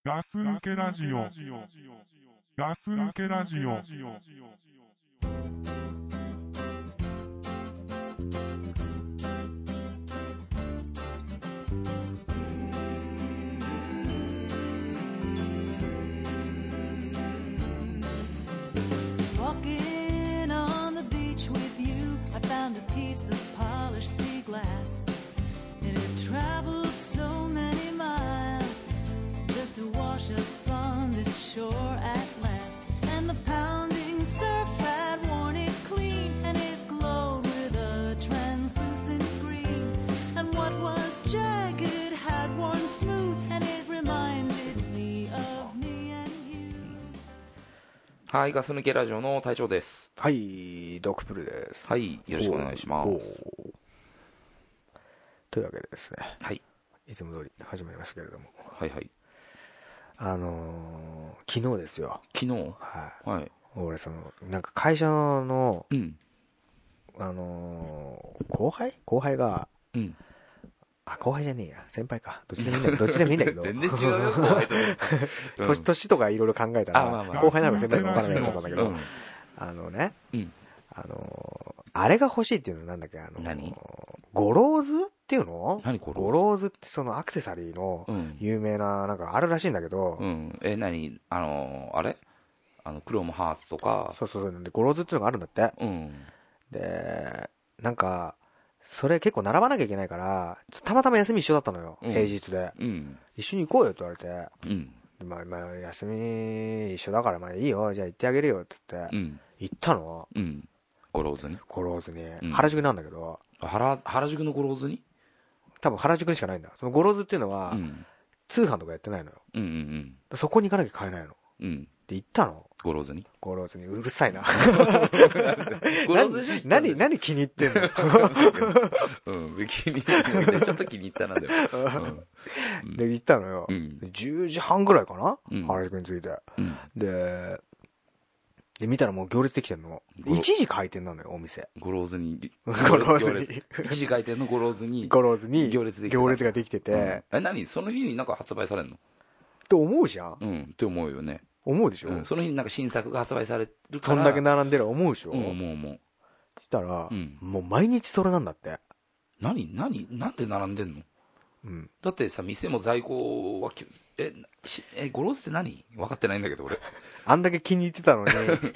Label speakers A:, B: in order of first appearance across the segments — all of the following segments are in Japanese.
A: ガス抜けラジオ。ガス抜けラジオ。
B: Walking on the beach with you, I found a piece of polished sea glass. It had traveled so many miles just to wash up on this shore at last. And the pounding surf had worn it clean, and it glowed with a translucent green. And what was jagged had worn smooth, and it reminded me of me and you.
C: はい、ガス抜けラジオの隊長です。
D: はい、ドクプルです。
C: はい、よろしくお願いします。
D: というわけでですね、
C: はい、
D: いつも通り始まりますけれども、
C: はいはい。
D: 昨日ですよ。
C: 昨日、
D: はい。
C: はい。
D: 俺なんか会社の、
C: うん、
D: 後輩が、
C: うん。
D: 後輩じゃねえや、先輩か。どっちでもいいんだけど、
C: 全然違うよ、後輩と。
D: 年とかいろいろ考えたら、後輩なのか先輩なのか分からないやつなんだけど、
C: うん、
D: あれが欲しいっていうのなんだっけ、
C: 何？
D: ゴローズっていうの？
C: 何ゴローズ？
D: ゴローズってそのアクセサリーの有名ななんかあるらしいんだけど、
C: うん、何？あれ？クロムハーツとか。
D: そうでゴローズっていうのがあるんだって。
C: うん。
D: で、なんかそれ結構並ばなきゃいけないから、たまたま休み一緒だったのよ、平日で。
C: うん。
D: 一緒に行こうよって言われて。
C: うん。
D: まあ休み一緒だからまあいいよ、じゃあ行ってあげるよって言って、行ったの。
C: うん。ゴローズに、
D: 原宿なんだけど。
C: 原宿のゴローズに？
D: 多分原宿にしかないんだ。そのゴローズっていうのは、通販とかやってないのよ。そこに行かなきゃ買えないの。で行ったの。ゴローズにうるさいな。何気に入ってんの？
C: 気に入ってちょっと気に入ったなんだよ。
D: で行ったのよ。10時半ぐらいかな、原宿に着いて。で見たらもう行列できてんの。1時開店なのよ、お店。
C: ゴローズに。
D: 1
C: 時開店のゴローズに行
D: 列ができてて。
C: 何その日になんか発売されんの？
D: って思うじゃん。
C: って思うよね。
D: 思うでしょ。
C: その日になんか新作が発売されるから。
D: そんだけ並んでる思うでしょ。
C: 思う。
D: したら、もう毎日それなんだって。
C: なんで並んでんの？だってさ、店も在庫はゴローズって何？分かってないんだけど俺。
D: あんだけ気に入ってたのに。
C: 響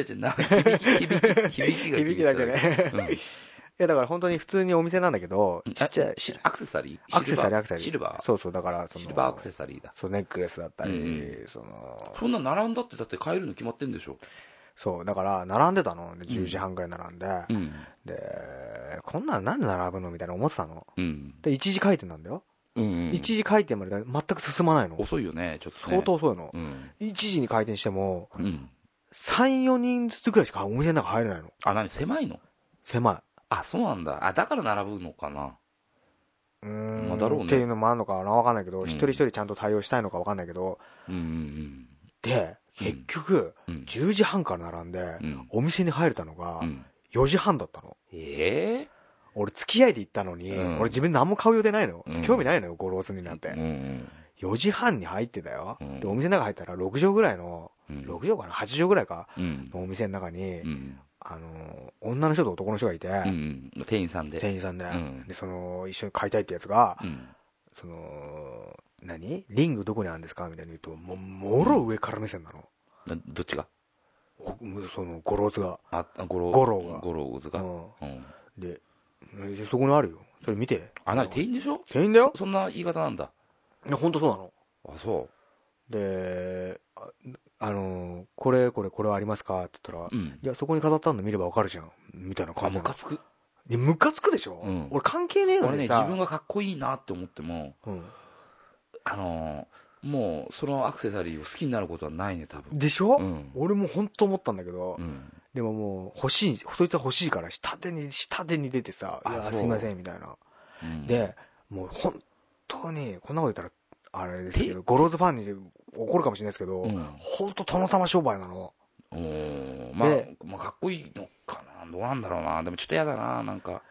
C: き
D: だけね。いやだから本当に普通にお店なんだけど、ちっちゃい
C: アクセサリ
D: ー。
C: シルバー。
D: そうだから
C: シルバーアクセサリーだ。
D: そうネックレスだったり、
C: そんな並んだってだって買えるの決まってんでしょ。
D: そうだから並んでたの。で10時半ぐらい並んで、でこんなんなんで並ぶのみたいな思ってたの。で1時開店なんだよ。1時開店まで全く進まないの。
C: 遅いよね、ちょっとね。
D: 相当遅いの。1時に開店しても、3、4人ずつぐらいしかお店の中入れないの。
C: あ、何狭いの？
D: 狭い。
C: あ、そうなんだ。だから並ぶのかな。まあだろうね。
D: っていうのもあるのかな、わかんないけど、一人一人ちゃんと対応したいのかわかんないけど、で、結局、10時半から並んで、お店に入れたのが、4時半だったの。俺付き合いで行ったのに、俺自分何も買う予定ないの。興味ないのよ、ゴローズになんて。4時半に入ってたよ。で、お店の中入ったら6畳ぐらいの、6畳かな ?8 畳ぐらいかのお店の中に、女の人と男の人がいて、
C: 店員さんで。
D: で、一緒に買いたいってやつが、リングどこにあるんですかみたいに言うと、もろ上から目線なの。
C: どっちが？
D: その、ゴローズが。
C: ゴローズが。
D: で、そこにあるよ。それ見て。
C: 何店員でしょ？
D: 店員だよ。
C: そんな言い方なんだ。
D: いや、ほんとそうなの。
C: あ、そう。
D: で、これはありますかって言ったら、いや、そこに飾ったの見ればわかるじゃん。みたいな感じ。
C: ムカつく。
D: いや、ムカつくでしょ？俺関係ねえのにさ。
C: 俺ね、自分がかっこいいなって思っても、もう、そのアクセサリーを好きになることはないね、多分。
D: でしょ？俺もほんと思ったんだけど、でももう、そいつは欲しいから、下手に出てさ、いや、すいません、みたいな。で、もう本当に、こんなこと言ったら、あれですけど、ゴローズファンに怒るかもしれないですけど、ほんと殿様商売なの。
C: まあ、かっこいいのかな、どうなんだろうな、でもちょっと嫌だな、なんか。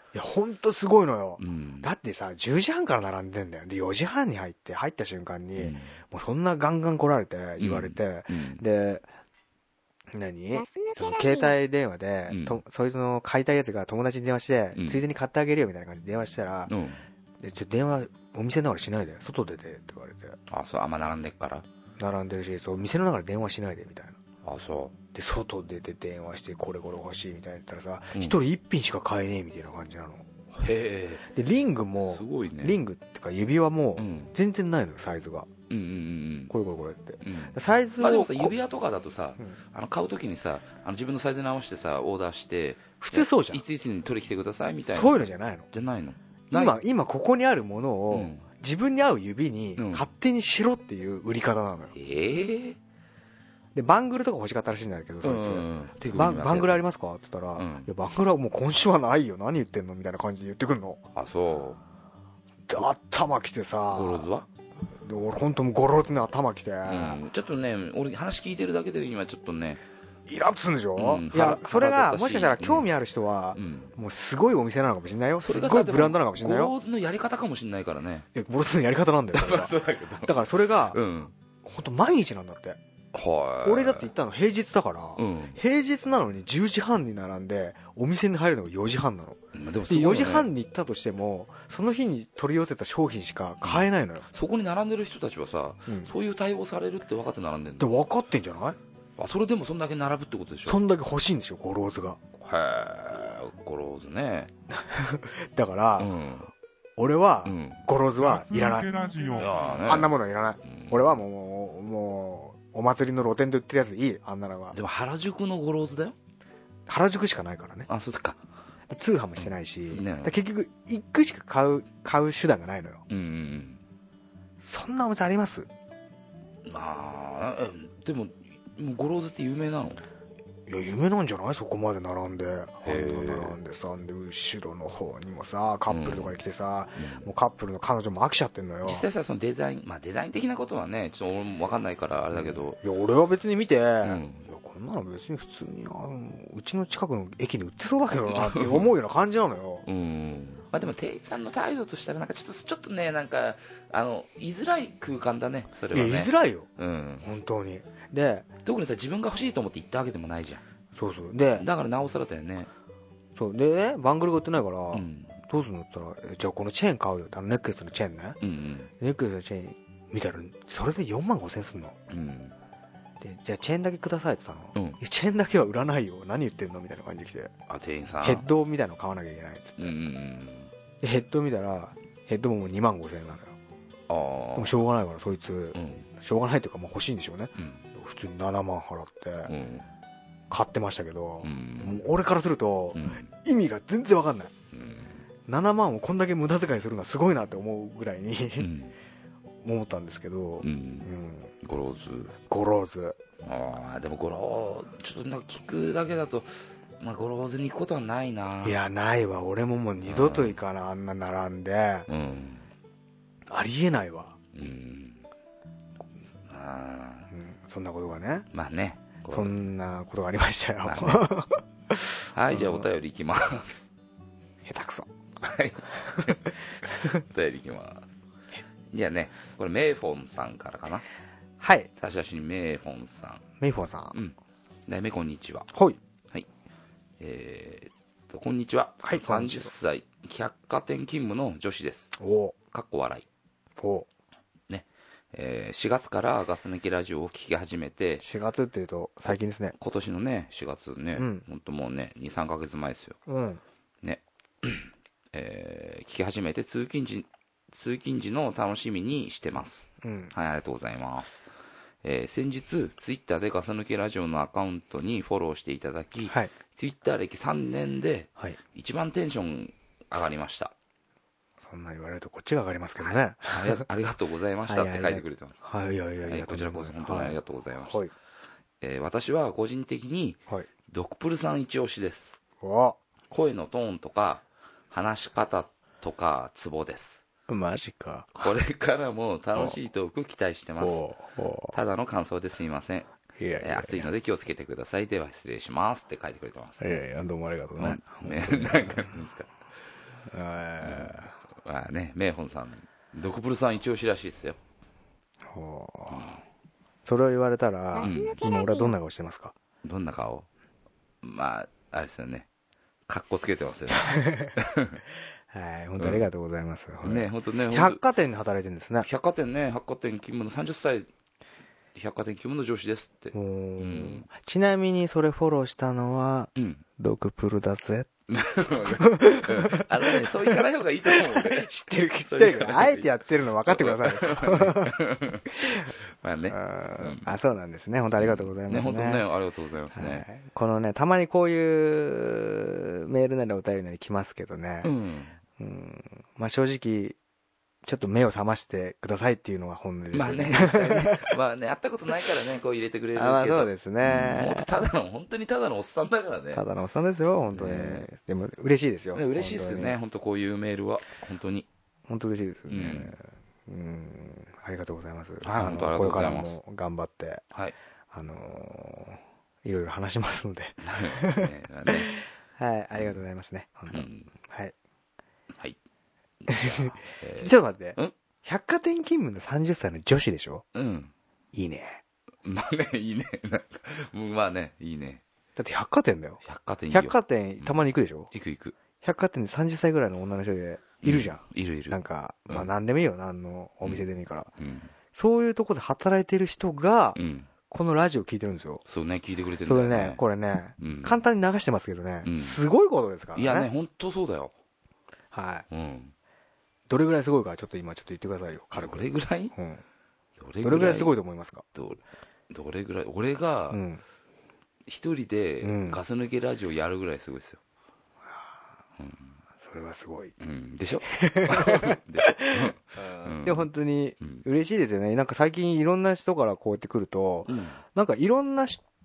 D: いやほんとすごいのよ、
C: うん、
D: だってさ10時半から並んでんだよ。で4時半に入った瞬間に、
C: うん、
D: もうそんなガンガン来られて言われて、
C: うん、
D: でその携帯電話で、そいつの買いたいやつが友達に電話して、ついでに買ってあげるよみたいな感じで電話したら、で電話お店の中でしないで外出てって言われて、
C: あ、そう、あんま並んでっから
D: 並んでるし、そう店の中で電話しないでみたいな。
C: あ、そう
D: で外出て電話してこれ欲しいみたいな言ったらさ、一人一品しか買えねえみたいな感じなの。
C: へえ。
D: でリングも
C: すごいね。
D: リングってか指輪も全然ないのよ、サイズが。これって、サイズを、
C: まあでもさ、指輪とかだとさ、買うときにさ、自分のサイズに合わせてさオーダーして、
D: 普通そうじゃん。
C: いついつに取り来てくださいみたいな。
D: そういうのじゃないの。
C: じゃないの。
D: 今ここにあるものを、自分に合う指に勝手にしろっていう売り方なのよ。でバングルとか欲しかったらしいんだけど、そいつバングルありますかって言ったら、いやバングルはもう今週はないよ、何言ってんのみたいな感じで言ってくんの。あ、そうで頭きてさ、
C: ゴローズは
D: で俺本当もうゴローズに頭きて、
C: ちょっとね、俺話聞いてるだけで今ちょっとね
D: イラッとするんでしょ、いやそれがもしかしたら興味ある人は、もうすごいお店なのかもしれないよ、すごいブランドなのかもしれないよ。
C: ゴローズのやり方かもしれないからね。
D: ゴローズのやり方なんだよだからそれが本当毎日なんだって。俺だって行ったの平日だから、平日なのに10時半に並んでお店に入るのが4時半なの。で4時半に行ったとしてもその日に取り寄せた商品しか買えないのよ。
C: そこに並んでる人たちはさ、そういう対応されるって分かって並んでるん
D: だ。で分かってんじゃない。
C: あ、それでもそんだけ並ぶってことでしょ。
D: そんだけ欲しいんですよ、ゴローズが。
C: へえ、ゴローズね。
D: だから、俺は、ゴローズはいらない。あんなものはいらない。俺はもうお祭りの露店で売ってるやつでいい、あんなのは。
C: でも原宿のゴローズだよ。
D: 原宿しかないからね。
C: あ、そうか。
D: 通販もしてないし、結局一句しか買う手段がないのよ。そんなお店あります？
C: まあでもゴローズって有名なの？
D: いや有名なんじゃない？そこまで並んで並んでさ、で後ろの方にもさカップルとかで来てさ、もうカップルの彼女も飽きちゃってんのよ。
C: 実際さ、そのデザイン的なことはねちょっと俺も分かんないからあれだけど、
D: いや俺は別に見て、いやこんなの別に普通にうちの近くの駅に売ってそうだけどなって思うような感じなのよ。
C: まあでも店員さんの態度としたらなんかちょっとね、なんか居づらい空間だね、それはね。
D: いや居づらいよ、本当に。で
C: 特にさ、自分が欲しいと思って行ったわけでもないじゃん。
D: そうで
C: だからなおさらだよね。
D: そうでね、バングルが売ってないから、どうするのって言ったら、じゃあこのチェーン買うよって、ネックレスのチェーンね、ネックレスのチェーン見たらそれで4万5千円するの、でじゃあチェーンだけくださいって言ったの、チェーンだけは売らないよ、何言ってんのみたいな感じで来て、
C: 店員さん
D: ヘッドみたいなの買わなきゃいけないっつって、でヘッド見たらヘッドももう2万5千円なのよ。でもしょうがないからそいつ、しょうがないというかもう欲しいんでしょうね、普通に7万払って、買ってましたけど、もう俺からすると、意味が全然わかんない、7万をこんだけ無駄遣いするのはすごいなって思うぐらいに、思ったんですけど、ゴローズ
C: でもちょっとなんか聞くだけだと、ゴローズに行くことはないな。
D: いやないわ、俺ももう二度と行かな、あんな並んで、ありえないわ、そんなことがね、
C: まあね、
D: そんなことがありましたよ、
C: はい、じゃあお便りいきます
D: 下手くそ。
C: はいお便りいきます。じゃあね、これメイフォンさんからかな。
D: はい、
C: 差出人メイフォンさん。
D: メイフォンさん、
C: 題名こんにちは。
D: はい、
C: こんにちは。
D: はい、
C: 30歳百貨店勤務の女子です。かっこ笑い。ね、4月からガス抜きラジオを聞き始めて。
D: 4月っていうと最近ですね。
C: 今年のね4月ね、本当もうね 2,3 ヶ月前ですよ、ね聞き始めて通勤時の楽しみにしてます、はい、ありがとうございます。先日ツイッターでガス抜きラジオのアカウントにフォローしていただき、ツイッター歴3年で一番テンション上がりました。
D: そんな言われるとこっちが上がりますけどね。
C: ありがとうございましたって書いてくれてます。
D: はい、いや
C: こちらこそ本当にありがとうございました。私は個人的にドクプルさん一押しです。声のトーンとか話し方とかツボです。
D: マジか。
C: これからも楽しいトーク期待してます。ただの感想ですみません。暑いので気をつけてください。では失礼しますって書いてくれてます。
D: どうもありがとうね。
C: なんかですか。 まあね、名本さん、ドクプルさん一押しらしいですよ。
D: それを言われたら、今俺はどんな顔してますか？
C: どんな顔？まあ、あれですよね。かっこつけてますよね。
D: はい、本当ありがとうございます。
C: ね、本当ね。
D: 百貨店で働いてるんですね。
C: 百貨店ね、百貨店勤務の30歳、百貨店勤務の上司ですって。
D: ちなみにそれフォローしたのは、ドクプルだぜ。
C: そういかない方がいいと思う。
D: 知ってるけど、あえてやってるの分かってください。
C: まあね。
D: そうなんですね。本当ありがとうございますね。
C: 本当ね、ありがとうございますね。
D: このね、たまにこういうメールなりお便りなり来ますけどね。まあ正直、ちょっと目を覚ましてくださいっていうのが本音ですよね。
C: まあね、会ったことないからね、こう入れてくれるけど。
D: そうですね。
C: 本当にただのおっさんだからね。
D: ただのおっさんですよ、本当に。でも嬉しいですよ。
C: 嬉しいですよね、本当こういうメールは。本当に。
D: 本当嬉しいですよね。ありがとうございます。こ
C: れ
D: からも頑張って、いろいろ話しますので。はい、ありがとうございますね。本当。はい。はい。ちょっと待って。百貨店勤務の30歳の女子でしょ？いいね。
C: まあね、いいね。まあね、いいね。
D: だって百貨店だよ。
C: 百貨店
D: 百貨店たまに行くでしょ？
C: 行く。
D: 百貨店で30歳ぐらいの女の人でいるじゃん。
C: いる。
D: なんか、まあ何でもいいよ、何のお店でもいいから。そういうとこで働いてる人が、このラジオ聞いてるんですよ。
C: そうね、聞いてくれてるんだよね。
D: それね、これね、簡単に流してますけどね、すごいことですからね。
C: いやね、本当そうだよ。
D: はい。どれぐらいすごいか、ちょっと今ちょっと言ってくださいよ、軽く。
C: どれぐらい？
D: どれぐらいすごいと思いますか？
C: どれぐらい？俺が、一人でガス抜けラジオやるぐらいすごいですよ。
D: それはすごい。
C: でしょ？
D: でも本当に嬉しいですよね。なんか最近いろんな人からこうやってくると、なんかいろんな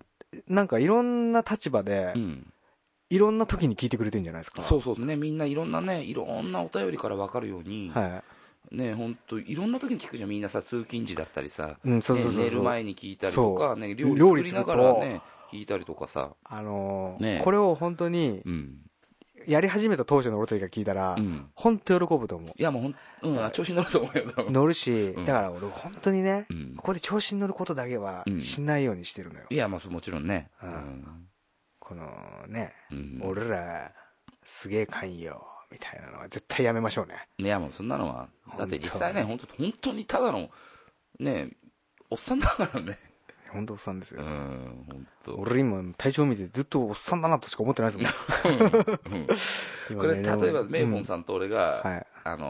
D: 立場で、いろんな時に聞いてくれてるんじゃないですか。
C: そうね、みんないろんなお便りから分かるように、ね、本当いろんな時に聞くじゃん。みんなさ、通勤時だったりさ、寝る前に聞いたりとか、料理作りながらね、聞いたりとかさ。
D: これを本当に、やり始めた当初の俺たちが聞いたら、本当喜ぶと思う。
C: いや、もう調子に乗ると思うよ。
D: 乗るし、だから俺本当にね、ここで調子に乗ることだけはしないようにしてるのよ。
C: いや、まあもちろんね。
D: このね、俺らすげえかんよみたいなのは絶対やめましょうね。
C: いや、もうそんなのは、だって実際ね、本当にただのね、おっさんだからね。
D: 本当おっさんですよ。俺今体調見てずっとおっさんだなとしか思ってないですもん。
C: これ例えばメイモンさんと俺が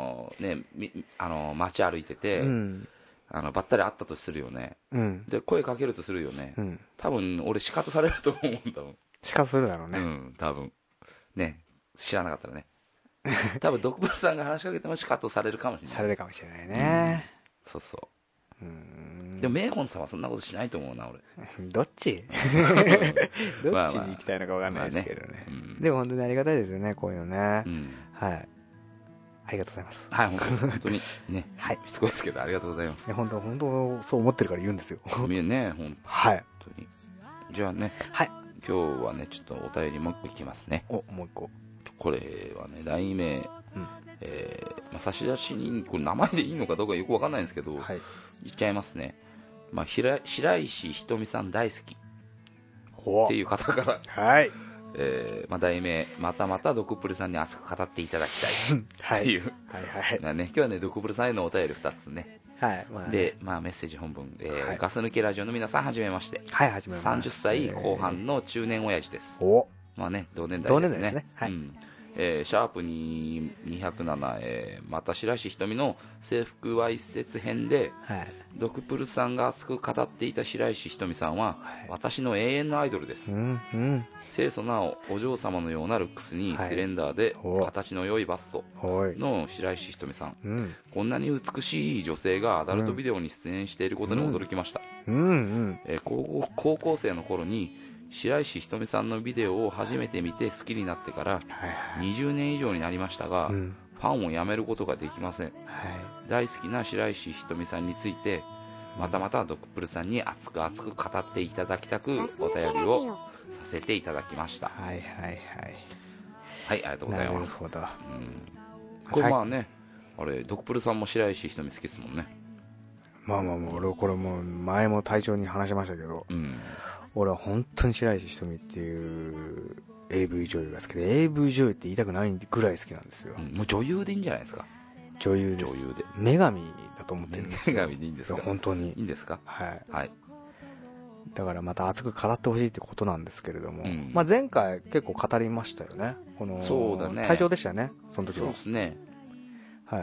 C: 街歩いてて、ばったり会ったとするよね。で声かけるとするよね。多分俺シカトされると思うんだもん。
D: シカトするだろうね。
C: 多分ね、知らなかったらね。多分ドクブルさんが話しかけてもシカトされるかもしれない。
D: されるかもしれないね。
C: そうそう。でもメイホンさんはそんなことしないと思うな、俺。
D: どっちどっちに行きたいのか分かんないですけどね。でも本当にありがたいですよね、こういうのね。はい。ありがとうございます。
C: はい、本当にね。はい。しつこいですけど、ありがとうございます。
D: 本当そう思ってるから言うんですよ。
C: ね、
D: はい。
C: 本当に。じゃあね。
D: はい。
C: 今日はね、ちょっとお便りもう一個いきますね。
D: もう一個。
C: これはね、題名、差出人、これ名前でいいのかどうかよくわかんないんですけど、言っちゃいますね。白石ひとみさん大好きっていう方から、題名、またまたドクプルさんに熱く語っていただきたいっていう、今日はね、ドクプルさんへのお便り2つね。で、メッセージ本文、ガス抜けラジオの皆さん、はじめまして。30歳後半の中年親父です。まあね、同年代ですね。シャープ207、また白石ひとみの制服わいせつ編で、ドクプルさんが熱く語っていた白石ひとみさんは、私の永遠のアイドルです。清楚なお嬢様のようなルックスにスレンダーで形の良いバストの白石ひとみさん、こんなに美しい女性がアダルトビデオに出演していることに驚きました。高校生の頃に白石ひとみさんのビデオを初めて見て好きになってから20年以上になりましたが、ファンをやめることができません。大好きな白石ひとみさんについて、またまたドクプルさんに熱く語っていただきたくお便りをさせていただきました。 はい、ありがとうございます。
D: なるほど、
C: これまあね、あれドクプルさんも白石瞳好きですもんね。
D: まあ俺これも前も隊長に話しましたけど、俺は本当に白石瞳っていう AV 女優が好きで、 AV 女優って言いたくないぐらい好きなんですよ。
C: もう女優でいいんじゃないですか。
D: 女優です。女神だと思ってるんですよ。
C: 女神でいいんですか。
D: 本当に
C: いいんですか。
D: はい、
C: はい、
D: だからまた熱く語ってほしいってことなんですけれども、まあ、前回結構語りましたよね。この
C: そうだね、
D: 隊長でしたよね、その時は。
C: そうですね。
D: はい、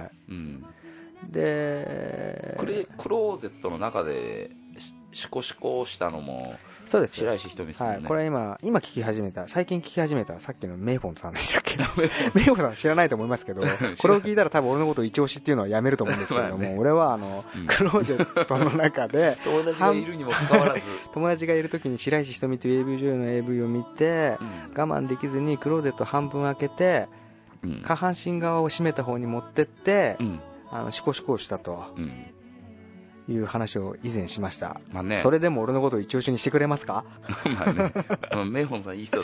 C: でクローゼットの中でシコシコしたのも
D: そうです
C: 白石瞳さんね、
D: はい、これ今聞き始めた、最近聞き始めたさっきのメイフォンさんでしたっけメイフォンさん知らないと思いますけどこれを聞いたら多分俺のことを一押しっていうのはやめると思うんですけれども、ね、俺はクローゼットの中で
C: 友達がいるにもかかわらず
D: 友達がいる時に白石瞳という AV 女優の AV を見て、我慢できずにクローゼット半分開けて、下半身側を閉めた方に持ってって、シコシコをしたと、いう話を以前しました、まあね、それでも俺のことを一押しにしてくれますか。
C: まあね、メイホンさんいい人だ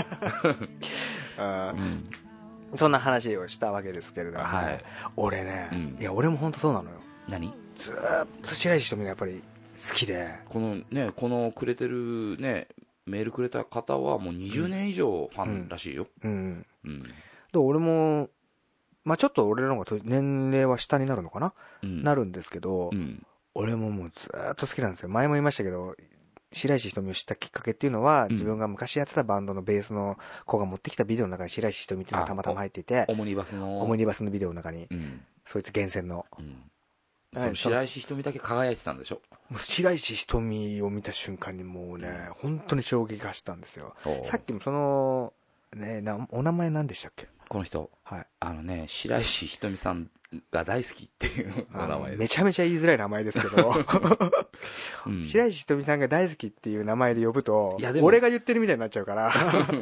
C: から
D: そんな話をしたわけですけれども、はい、俺ね、いや俺も本当そうなのよ。
C: 何？
D: ずーっと白石瞳がやっぱり好きで、
C: このくれてるね、メールくれた方はもう20年以上ファンらしいよ。
D: で俺もまあちょっと俺の方が年齢は下になるのかな、なるんですけど、俺ももうずーっと好きなんですよ。前も言いましたけど、白石瞳を知ったきっかけっていうのは、自分が昔やってたバンドのベースの子が持ってきたビデオの中に白石瞳っていうのがたまたま入っていて、
C: オムニバスの
D: ビデオの中に、そいつ厳選の、
C: その白石瞳だけ輝いてたんでしょ。
D: もう白石瞳を見た瞬間にもうね、本当に衝撃が走ったんですよ。さっきもそのね、お名前何でしたっけ、こ
C: の人。はい、白石瞳さんが大好きっていう名前です。
D: めちゃめちゃ言いづらい名前ですけど、白石瞳さんが大好きっていう名前で呼ぶと、俺が言ってるみたいになっちゃうから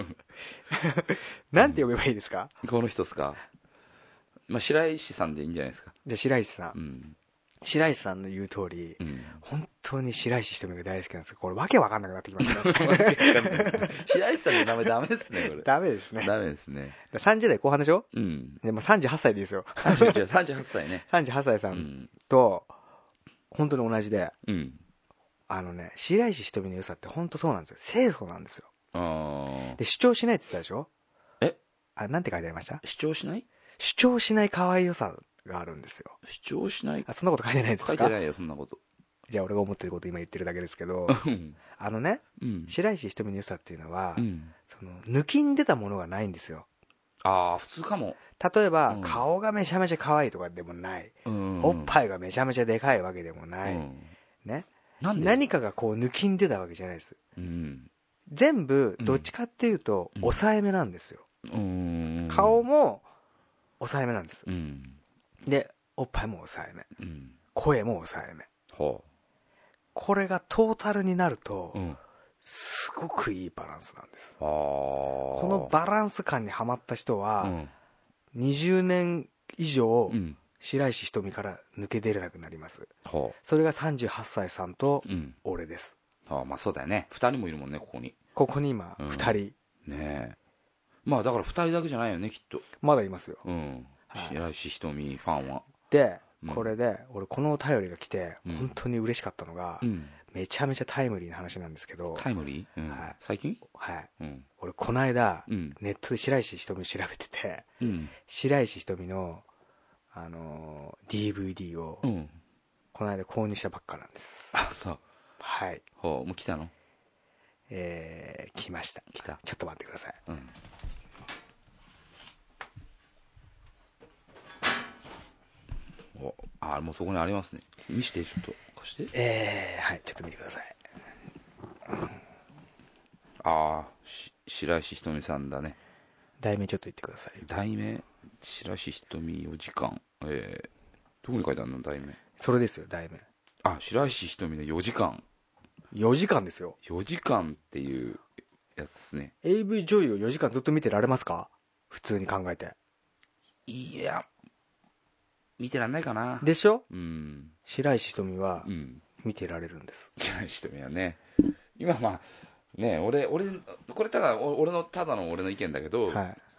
D: なんて呼べばいいですか。
C: この人ですか。まあ、白石さんでいいんじゃないですか。
D: じゃあ白石さん、白石さんの言う通り、本当に白石瞳が大好きなんですけど、これわけわかんなくなってきましたね
C: 白石さんの名前ダメですね、これ。
D: ダメですね。
C: ダメですね。
D: 30代後半でしょ。でも38歳でいいですよ。
C: 38歳ね。
D: 38歳さんと本当に同じで、白石瞳の良さって本当そうなんですよ。清楚なんですよ。で主張しないって言ったでしょ。なんて書いてありました。
C: 主張しない？
D: 主張しない可愛い良さがあるんですよ。
C: 主張しない。
D: そんなこと書いてないですか。
C: 書いてないよ、そんなこと。
D: じゃあ俺が思ってること今言ってるだけですけど白石瞳の良さっていうのは、その抜きに出たものがないんですよ。
C: 普通かも。
D: 例えば、顔がめちゃめちゃ可愛いとかでもない、おっぱいがめちゃめちゃでかいわけでもない、ね、何かがこう抜きに出たわけじゃないです、全部どっちかっていうと抑えめなんですよ、顔も抑えめなんです、でおっぱいも抑えめ、声も抑えめ、これがトータルになると、すごくいいバランスなんです。このバランス感にはまった人は、20年以上、白石瞳から抜け出れなくなります。それが38歳さんと俺です。
C: まあそうだよね。2人もいるもんね、ここに。
D: ここに今2人、
C: ねえ。まあだから2人だけじゃないよね、きっと。
D: まだいますよ、
C: 白石瞳ファンは。
D: でこれで俺このお便りが来て本当に嬉しかったのが、めちゃめちゃタイムリーな話なんですけど。
C: タイムリー？最近？
D: はい。俺この間ネットで白石瞳調べてて、白石瞳のDVD をこの間購入したばっかなんです。
C: そう。
D: はい。
C: もう来たの？
D: 来ました。
C: 来た。
D: ちょっと待ってください。
C: もうそこにありますね。見して、ちょっと貸して。
D: はい、ちょっと見てください。
C: 白石瞳さんだね。
D: 題名ちょっと言ってください。
C: 題名、白石瞳4時間。どこに書いてあるの、題名。
D: それですよ、題名。
C: 白石瞳の4時間。
D: 4時間ですよ。
C: 4時間っていうやつですね。
D: AV 女優を4時間ずっと見てられますか、普通に考えて。
C: いや見てらんないかな。
D: でしょ。白石瞳は見てられるんです。
C: 白石瞳はね、今まあね、俺これただの俺の意見だけど、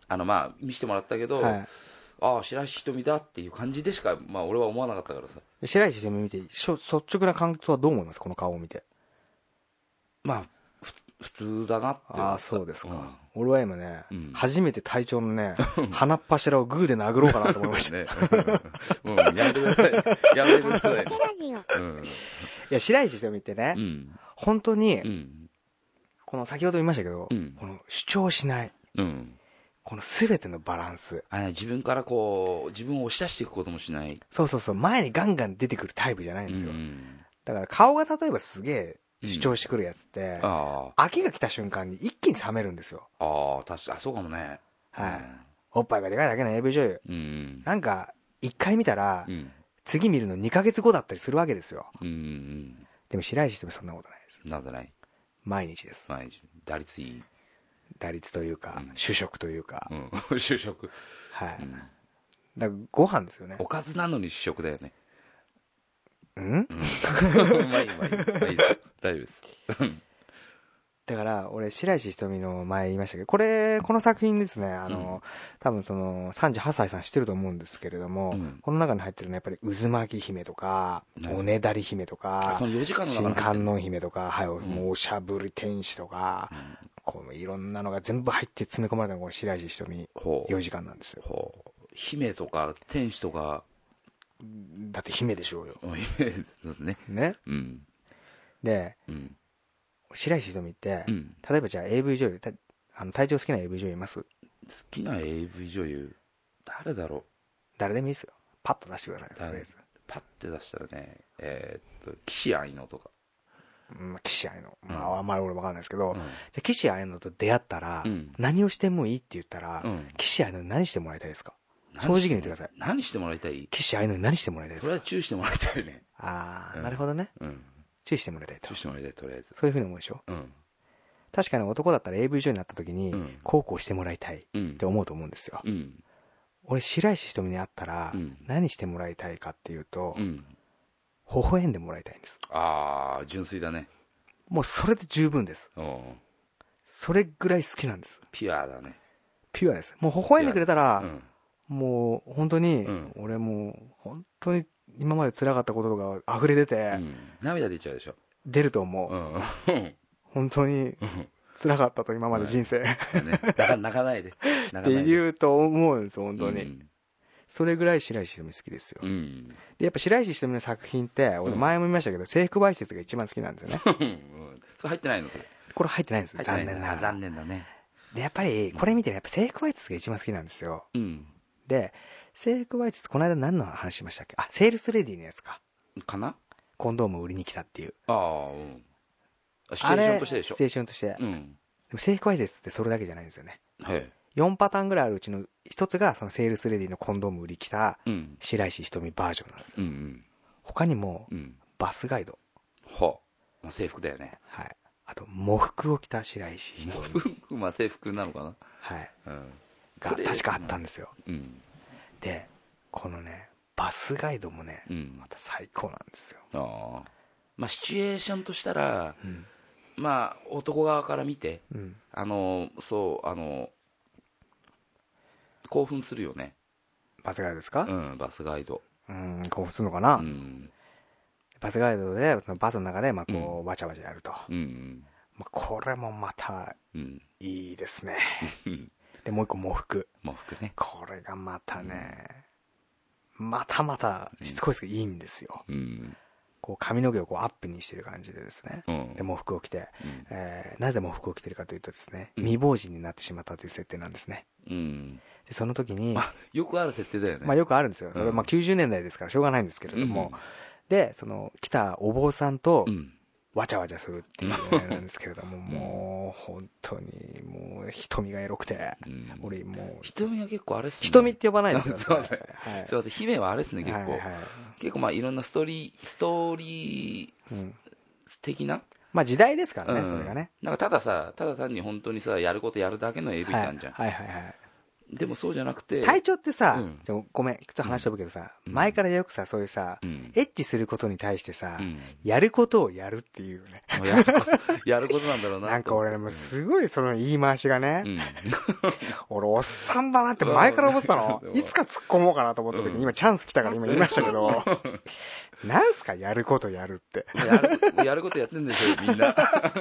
C: まあ見せてもらったけど、ああ白石瞳だっていう感じでしか、まあ、俺は思わなかったからさ。
D: 白石瞳見て率直な感想はどう思います？この顔を見て。
C: まあ普通だなって思った。
D: ああそうですか、俺は今ね、初めて隊長のね鼻っ柱をグーで殴ろうかなと思いましたね。
C: やめてください、やめてください。い
D: や白石瞳ってね、本当に、この先ほど言いましたけど、この主張しない、この全てのバランス、
C: 自分からこう自分を押し出していくこともしない。
D: そう前にガンガン出てくるタイプじゃないんですよ、だから顔が例えばすげえ主張してくるやつって、飽きが来た瞬間に一気に冷めるんですよ。
C: 確かそうかもね。
D: おっぱいがでかいだけの AV 女優、なんか1回見たら、次見るの2ヶ月後だったりするわけですよ。でも白石瞳そんなことないです。
C: なんでない。
D: 毎日です。
C: 毎日。打率いい。
D: 打率というか、主食というか、
C: 主食。
D: はい。だからご飯ですよね。
C: おかずなのに主食だよね。まあいい大丈夫です。
D: だから俺白石瞳の前言いましたけど、この作品ですね、多分その38歳さん知ってると思うんですけれども、この中に入ってるのはやっぱり渦巻き姫とか、おねだり姫とか、新観音姫とか、もうおしゃぶり天使とか、こういろんなのが全部入って詰め込まれたのがこの白石瞳4時間なんですよ。
C: 姫とか天使とか、
D: だって姫でしょうよ。
C: そうですね。
D: ね。で、白石瞳って、例えばじゃあ AV 女優、隊長好きな AV 女優います？好
C: きな AV 女優誰だろう。
D: 誰でもいいですよ。パッと出してください。とりあえず
C: パッて出したらね、岸愛乃とか。
D: 岸愛乃、あんまり俺分かんないですけど、じゃあ岸愛乃と出会ったら、何をしてもいいって言ったら、岸愛乃に何してもらいたいですか？正直に言ってください。
C: 何してもらいたい？
D: 岸愛乃に何してもらいたいですか？
C: それはチューしてもらいたいね。
D: なるほどね。チューしてもらいたいと。
C: チューしてもらいたい、とりあえず。
D: そういうふうに思うでしょ。確かに男だったら AV 女になった時に、こうしてもらいたいって思うと思うんですよ。俺白石瞳に会ったら、何してもらいたいかっていうと、微笑んでもらいたいんです。
C: 純粋だね。
D: もうそれで十分です。それぐらい好きなんです。
C: ピュアだね。
D: ピュアです。もう微笑んでくれたら、もう本当に、俺もう本当に今まで辛かったこととか溢れ出て、
C: 涙出ちゃうでしょ。
D: 出ると思う。本当に辛かったと、今まで人生。
C: 泣かないで。
D: って言うと思うんです本当に。それぐらい白石瞳好きですよ。でやっぱ白石瞳の作品って俺前も言いましたけど、制服わいせつが一番好きなんですよね。
C: それ入ってないの？
D: これ入ってないんです。残念ながら。
C: 残念だね。
D: でやっぱりこれ見てやっぱ制服わいせつが一番好きなんですよ。で制服わいせつこの間何の話しましたっけ？セールスレディのやつかな。コンドームを売りに来たっていう。
C: シチュエーションとしてでしょ。
D: シチュエーションとして。でも制服わいせつってそれだけじゃないんですよね。4パターンぐらいあるうちの1つがそのセールスレディのコンドーム売り来た白石瞳バージョンなんですよ。他にもバスガイド、
C: 制服だよね。
D: あと喪服を着た白石瞳、
C: 制服なのかな、
D: が確かあったんですよ。でこのねバスガイドもねまた最高なんですよ。
C: シチュエーションとしたら、男側から見て、興奮するよね。
D: バスガイドですか？
C: バスガイド。
D: 興奮するのかな。バスガイドでそのバスの中でこうわちゃわちゃやると。これもまたいいですね。でもう一個喪服
C: ね。
D: これがまたね、またしつこいですけどいいんですよ。こう髪の毛をこうアップにしてる感じでですね、で喪服を着て、なぜ喪服を着てるかというとですね、未亡人になってしまったという設定なんですね。でその時に
C: よくある設定だよね。
D: よくあるんですよ。それ90年代ですからしょうがないんですけれども、でその来たお坊さんとわちゃわちゃするっていうのなんですけれども、もう本当にもう瞳がエロくて、俺もう
C: 瞳は結構あれっすね。
D: 瞳って呼ばないでください。
C: すいません、姫はあれっすね。結構いろんなストーリー的な、
D: 時代ですからね、それがね。
C: なんかただ単に本当にさやることやるだけの AV なんじゃん。 でもそうじゃなくて、
D: 隊長ってさ、ごめんちょっと話飛ぶけどさ、前からよくさそういうさ、エッチすることに対してさ、やることをやるっていうね、
C: やることなんだろうな。
D: なんか俺もうすごいその言い回しがね、俺おっさんだなって前から思ってたの。いつか突っ込もうかなと思った時に今チャンス来たから今言いましたけど、なんすかやることやるって。
C: やることやってんですよみんな。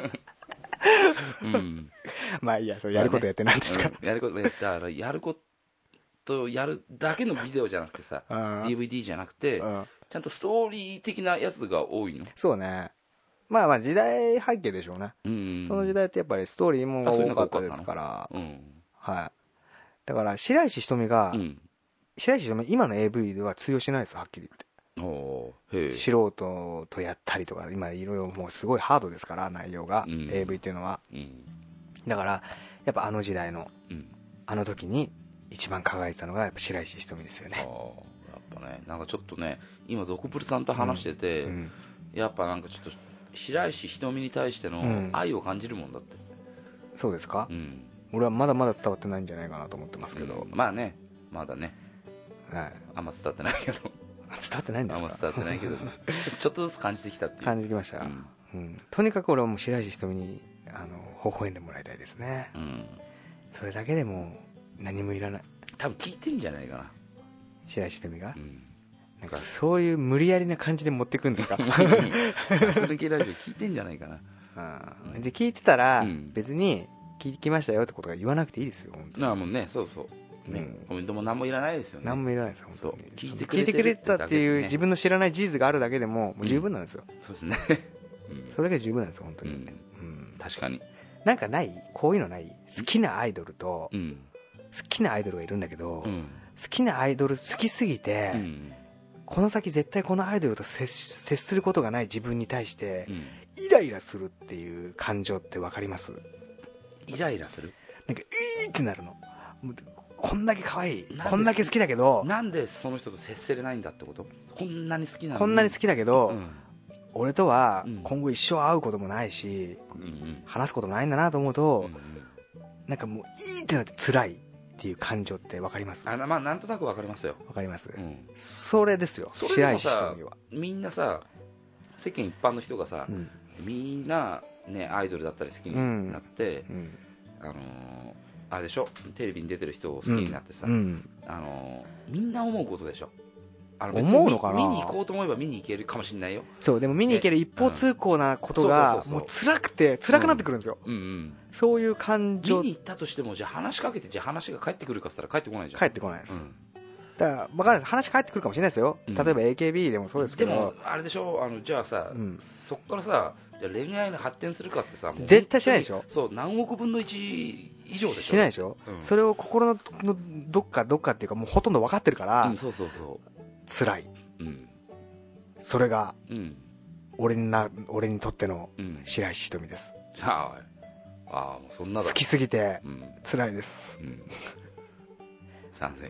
D: まあいいや、そうやることやってなんですか。
C: やることやったら、やることやるだけのビデオじゃなくてさ、DVD じゃなくて、ちゃんとストーリー的なやつが多いの。
D: そうね。まあ時代背景でしょうね。その時代ってやっぱりストーリーも多かったですから。はい。だから白石瞳が、白石瞳今の AV では通用しないですよ、はっきり言って。素人とやったりとか今いろいろもうすごいハードですから内容が、AV っていうのは、だからやっぱあの時代の、あの時に一番輝いてたのがやっぱ白石瞳ですよね。
C: やっぱね、なんかちょっとね今ドクプルさんと話してて、やっぱなんかちょっと白石瞳に対しての愛を感じるもんだって。
D: そうですか。俺はまだまだ伝わってないんじゃないかなと思ってますけど、
C: まあね、まだね、あんま伝わってないけど
D: 伝わってないんですか。
C: あんま伝わってないけどちょっとずつ感じてきたっていう。
D: 感じてきました。とにかく俺はもう白石瞳に微笑んでもらいたいですね。それだけでも何もいらない。
C: 多分聞いてんじゃないかな、
D: 白石瞳が。なんかそういう無理やりな感じで持ってくんですか。ガス
C: 抜けラジオ聞いてんじゃないかな。
D: で聞いてたら別に聞きましたよってことが言わなくていいですよ。
C: なあもうね、そうそう。コメントも何もいらないですよね。
D: 何もいらないですよ、本当に。
C: 聞
D: いてくれたっていう自分の知らない事実があるだけでももう十分なんですよ。
C: そうですね。
D: それで十分なんですよ、本当に。
C: 確かに。
D: なんかない？こういうのない？好きなアイドルと、好きなアイドルがいるんだけど、好きなアイドル好きすぎて、この先絶対このアイドルと接することがない自分に対して、イライラするっていう感情ってわかります？
C: イライラする？
D: なんかってなるの。こんだけ可愛い、こんだけ好きだけど、
C: なんでその人と接せれないんだってこと？こんなに好きなのに、
D: こんなに好きだけど、俺とは今後一生会うこともないし、話すこともないんだなと思うと、なんかもうってなって辛いっていう感情って分かります？
C: まあなんとなく分かりますよ。
D: 分かります、それですよ。白石瞳は
C: みんなさ、世間一般の人がさ、みんなねアイドルだったり好きになって、あれでしょ、テレビに出てる人を好きになってさ、みんな思うことでしょ。
D: 思うのかな。
C: 見に行こうと思えば見に行けるかもしれないよ。
D: そう、でも見に行ける一方通行なことがもう辛くなってくるんですよ。そういう感情。
C: 見に行ったとしても、じゃあ話しかけて、じゃあ話が返ってくるかっつったら返ってこないじゃん。
D: 返ってこないです。だから分からないです。話返ってくるかもしれないですよ。例えば AKB でもそうですけど。
C: でもあれでしょ、じゃあさ、そっからさ、じゃあ恋愛に発展するかってさ、
D: 絶対しないでしょ。
C: そう、何億分の1以上でしょ。
D: しないでしょ。それを心のどっかっていうかもうほとんど分かってるから、
C: そうそうそう、
D: 辛い。それが俺にとっての白石瞳です。
C: もうそんなだ。
D: 好きすぎて辛いです。
C: 賛成。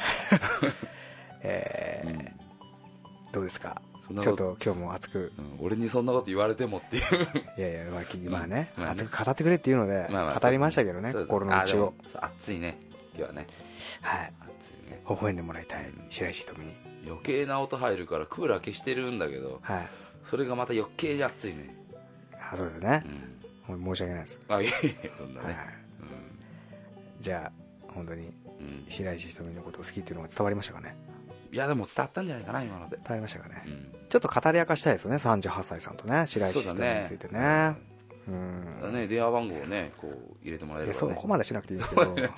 D: どうですか。ちょっと今日も熱く、
C: 俺にそんなこと言われてもっていう。
D: いやいや、まあね、熱く語ってくれっていうので語りましたけどね、心の内を。
C: 熱いね今日はね。
D: はい、微笑んでもらいたい白石瞳に。
C: 余計な音入るからクーラー消してるんだけど、それがまた余計に熱いね。
D: そうですね。申し訳ないです。
C: いやいや、そんなね。
D: じゃあ本当に白石瞳のことを好きっていうのが伝わりましたかね。
C: いやでも伝わったんじゃないかな、今ので。
D: 伝わりましたかね。ちょっと語り明かしたいですよね、38歳さんとね、白石瞳についてね。電話番号をねこう入れてもらえればね。そこまでしなくていいんですけど、ちょっとね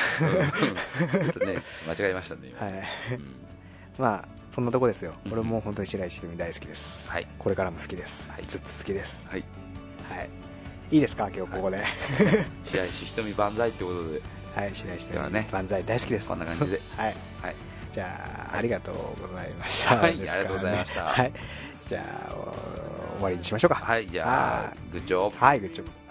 D: 間違えましたね今。まあそんなとこですよ。俺も本当に白石瞳大好きです。これからも好きです。ずっと好きです。いいですか、今日ここで。白石瞳万歳ってことで。白石瞳万歳大好きです。こんな感じで。じゃあありがとうございました。ありがとうございました。じゃあ終わりにしましょうか。じゃあグッジョブ。グッジョブ。